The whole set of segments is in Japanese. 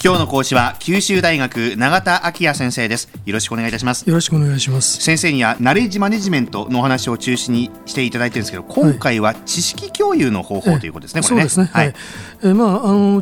今日の講師は九州大学永田昭也先生です。よろしくお願いいたします。 よろしくお願いします。 先生にはナレッジマネジメントのお話を中心にしていただいてるんですけど、今回は知識共有の方法ということですね。これね。 そうですね、はい。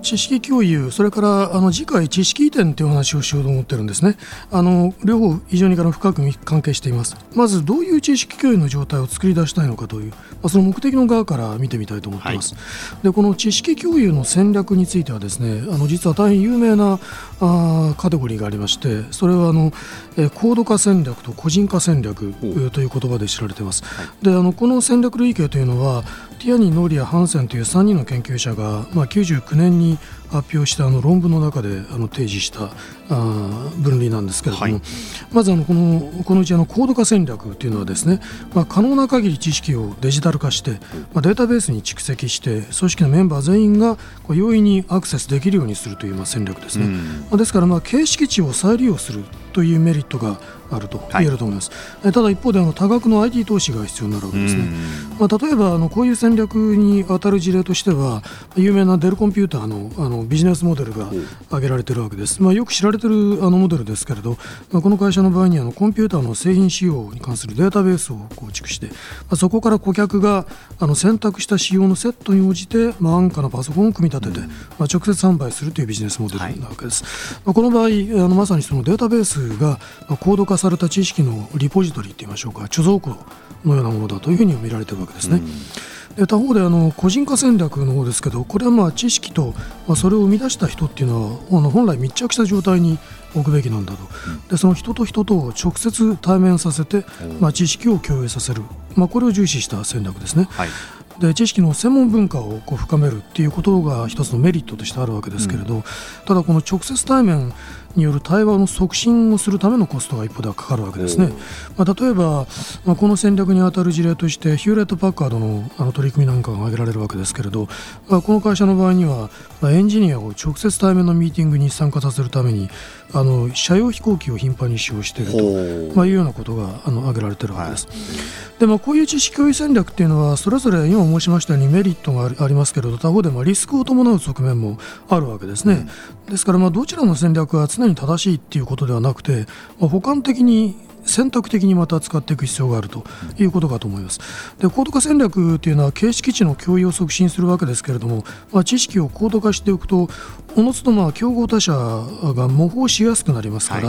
知識共有、それから次回知識移転というお話をしようと思ってるんですね。両方非常に深く関係しています。まずどういう知識共有の状態を作り出したいのかという、その目的の側から見てみたいと思っています。でこの知識共有の戦略についてはですね、実は大変有名なカテゴリーがありまして、それは高度化戦略と個人化戦略という言葉で知られています。でこの戦略類型というのはティアニー・ノーリア・ハンセンという3人の研究者が、99年に発表した論文の中で提示した分類なんですけれども、まずこのうち高度化戦略というのはですね、可能な限り知識をデジタル化して、データベースに蓄積して組織のメンバー全員が容易にアクセスできるようにするという戦略ですね。ですから形式値を再利用するというメリットがあると言えると思います。ただ一方で多額の IT 投資が必要になるわけですね。例えばこういう戦略に当たる事例としては有名なデルコンピューターのビジネスモデルが挙げられているわけです。よく知られているモデルですけれど、この会社の場合にコンピューターの製品仕様に関するデータベースを構築して、そこから顧客が選択した仕様のセットに応じて安価なパソコンを組み立てて直接販売するというビジネスモデルなわけです。この場合まさにそのデータベースが高度化された知識のリポジトリといいましょうか、貯蔵庫のようなものだというふうに見られているわけですね。で他方で個人化戦略の方ですけど、これは知識とそれを生み出した人っていうのは本来密着した状態に置くべきなんだと。でその人と人とを直接対面させて知識を共有させる、これを重視した戦略ですね。で知識の専門文化を深めるということが一つのメリットとしてあるわけですけれど、ただこの直接対面による対話の促進をするためのコストが一方ではかかるわけですね。例えば、この戦略に当たる事例としてヒューレット・パッカードの取り組みなんかが挙げられるわけですけれど、この会社の場合にはエンジニアを直接対面のミーティングに参加させるために車用飛行機を頻繁に使用しているというようなことが挙げられているわけです。でこういう知識共有戦略というのはそれぞれ今申しましたようにメリットがありますけれど、他方でリスクを伴う側面もあるわけですね。ですからどちらの戦略が常に正しいということではなくて、補完的に選択的にまた使っていく必要があるということかと思います。で高度化戦略というのは形式値の共有を促進するわけですけれども、知識を高度化しておくとおのずと競合他社が模倣しやすくなりますから、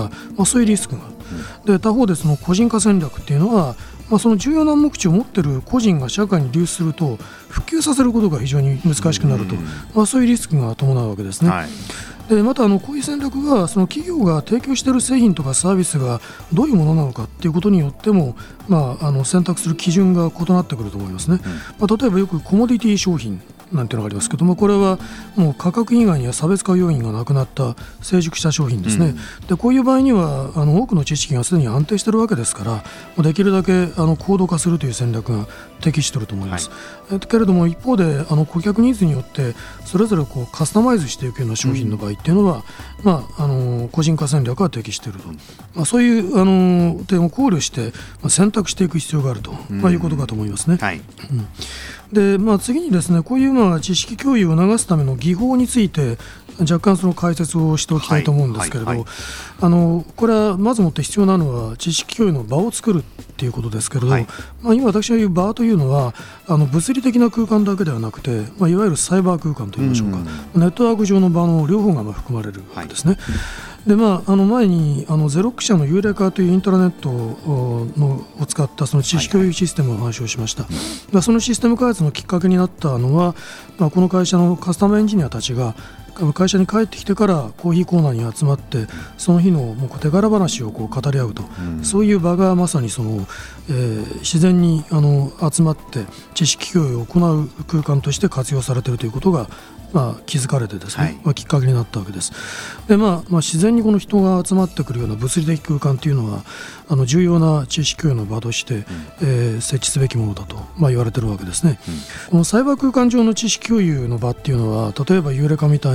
そういうリスクがある。で他方でその個人化戦略というのはその重要な目的を持っている個人が社会に流出すると普及させることが非常に難しくなると、そういうリスクが伴うわけですね。でまたこういう戦略がその企業が提供している製品とかサービスがどういうものなのかということによっても、選択する基準が異なってくると思いますね。例えばよくコモディティ商品なんていうのがありますけども、これはもう価格以外には差別化要因がなくなった成熟した商品ですね。でこういう場合には多くの知識がすでに安定しているわけですから、できるだけ高度化するという戦略が適していると思います。けれども一方で顧客ニーズによってそれぞれカスタマイズしていくような商品の場合っていうのは、個人化戦略は適していると、そういう点を考慮して選択していく必要があると、いうことかと思いますね。で次にですね、こういう知識共有を促すための技法について若干その解説をしておきたいと思うんですけれど、これはまずもって必要なのは知識共有の場を作るということですけれど、今私が言う場というのは物理的な空間だけではなくて、いわゆるサイバー空間といいましょうか、ネットワーク上の場の両方が含まれるわけですね。で前にゼロック社のユーレカというインターネットを使ったその知識共有システムの話をしました。そのシステム開発のきっかけになったのは、この会社のカスタムエンジニアたちが会社に帰ってきてからコーヒーコーナーに集まってその日の手柄話を語り合うと、そういう場がまさに自然に集まって知識共有を行う空間として活用されているということが気づかれてですね、きっかけになったわけです。で自然にこの人が集まってくるような物理的空間というのは重要な知識共有の場として、設置すべきものだと、言われているわけですね。このサイバー空間上の知識共有の場っていうのは例えばユーレカみたい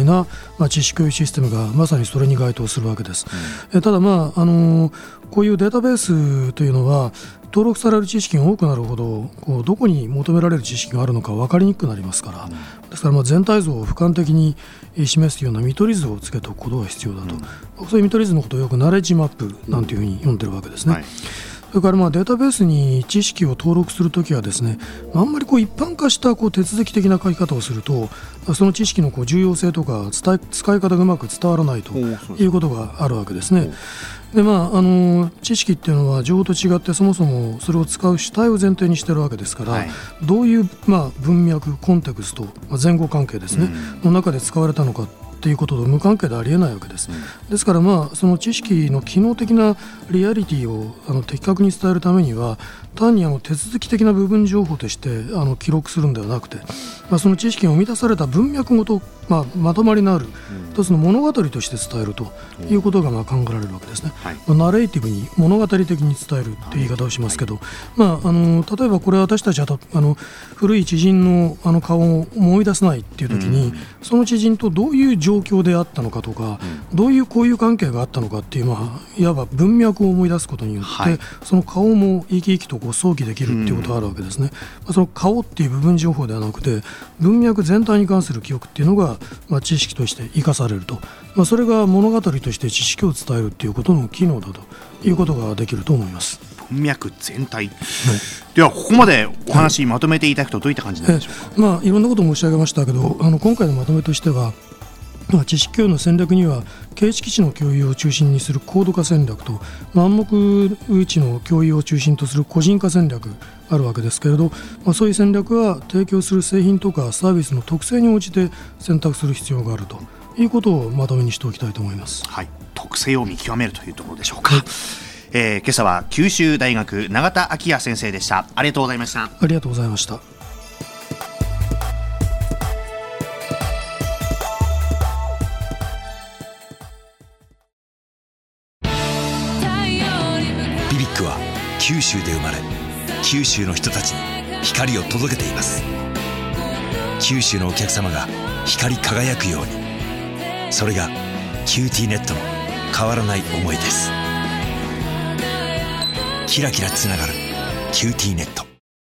な、知識共有システムがまさにそれに該当するわけです。ただ、こういうデータベースというのは登録される知識が多くなるほどどこに求められる知識があるのか分かりにくくなりますから、ですから全体像を俯瞰的に示すような見取り図をつけておくことが必要だと、そういう見取り図のことをよくナレッジマップなんていうふうに読んでるわけですね。それからデータベースに知識を登録するときはですね、あんまり一般化した手続き的な書き方をすると、その知識の重要性とか使い方がうまく伝わらないということがあるわけですね。で知識っていうのは情報と違ってそもそもそれを使う主体を前提にしているわけですから、どういう文脈、コンテクスト、前後関係ですね、の中で使われたのかということと無関係でありえないわけです。ですからその知識の機能的なリアリティを的確に伝えるためには、単に手続き的な部分情報として記録するんではなくて、その知識が生み出された文脈ごと、まとまりのある一つの物語として伝えるということが考えられるわけですね。ナレーティブに物語的に伝えるという言い方をしますけど、例えばこれ私たちは古い知人の顔を思い出せないっていう時に、その知人とどういう状況であったのかとか、どういう交友関係があったのかっていう、いわば文脈を思い出すことによって、その顔も生き生きと想起できるっていうことがあるわけですね。その顔っていう部分情報ではなくて、文脈全体に関する記憶っていうのが、知識として生かされると、それが物語として知識を伝えるっていうことの機能だということができると思います。 文脈全体、ではここまでお話まとめていただくとどういった感じなんでしょうか。 いろんなことを申し上げましたけど、今回のまとめとしては、知識共有の戦略には形式値の共有を中心にする高度化戦略と暗黙値の共有を中心とする個人化戦略あるわけですけれど、そういう戦略は提供する製品とかサービスの特性に応じて選択する必要があるということをまとめにしておきたいと思います。 特性を見極めるというところでしょうか。今朝は九州大学永田昭也先生でした。ありがとうございました。 ありがとうございました。 ビビックは九州で生まれ、九州の人たちに光を届けています。九州のお客様が光り輝くように、それがキューティーネットの変わらない思いです。キラキラつながるキューティーネット。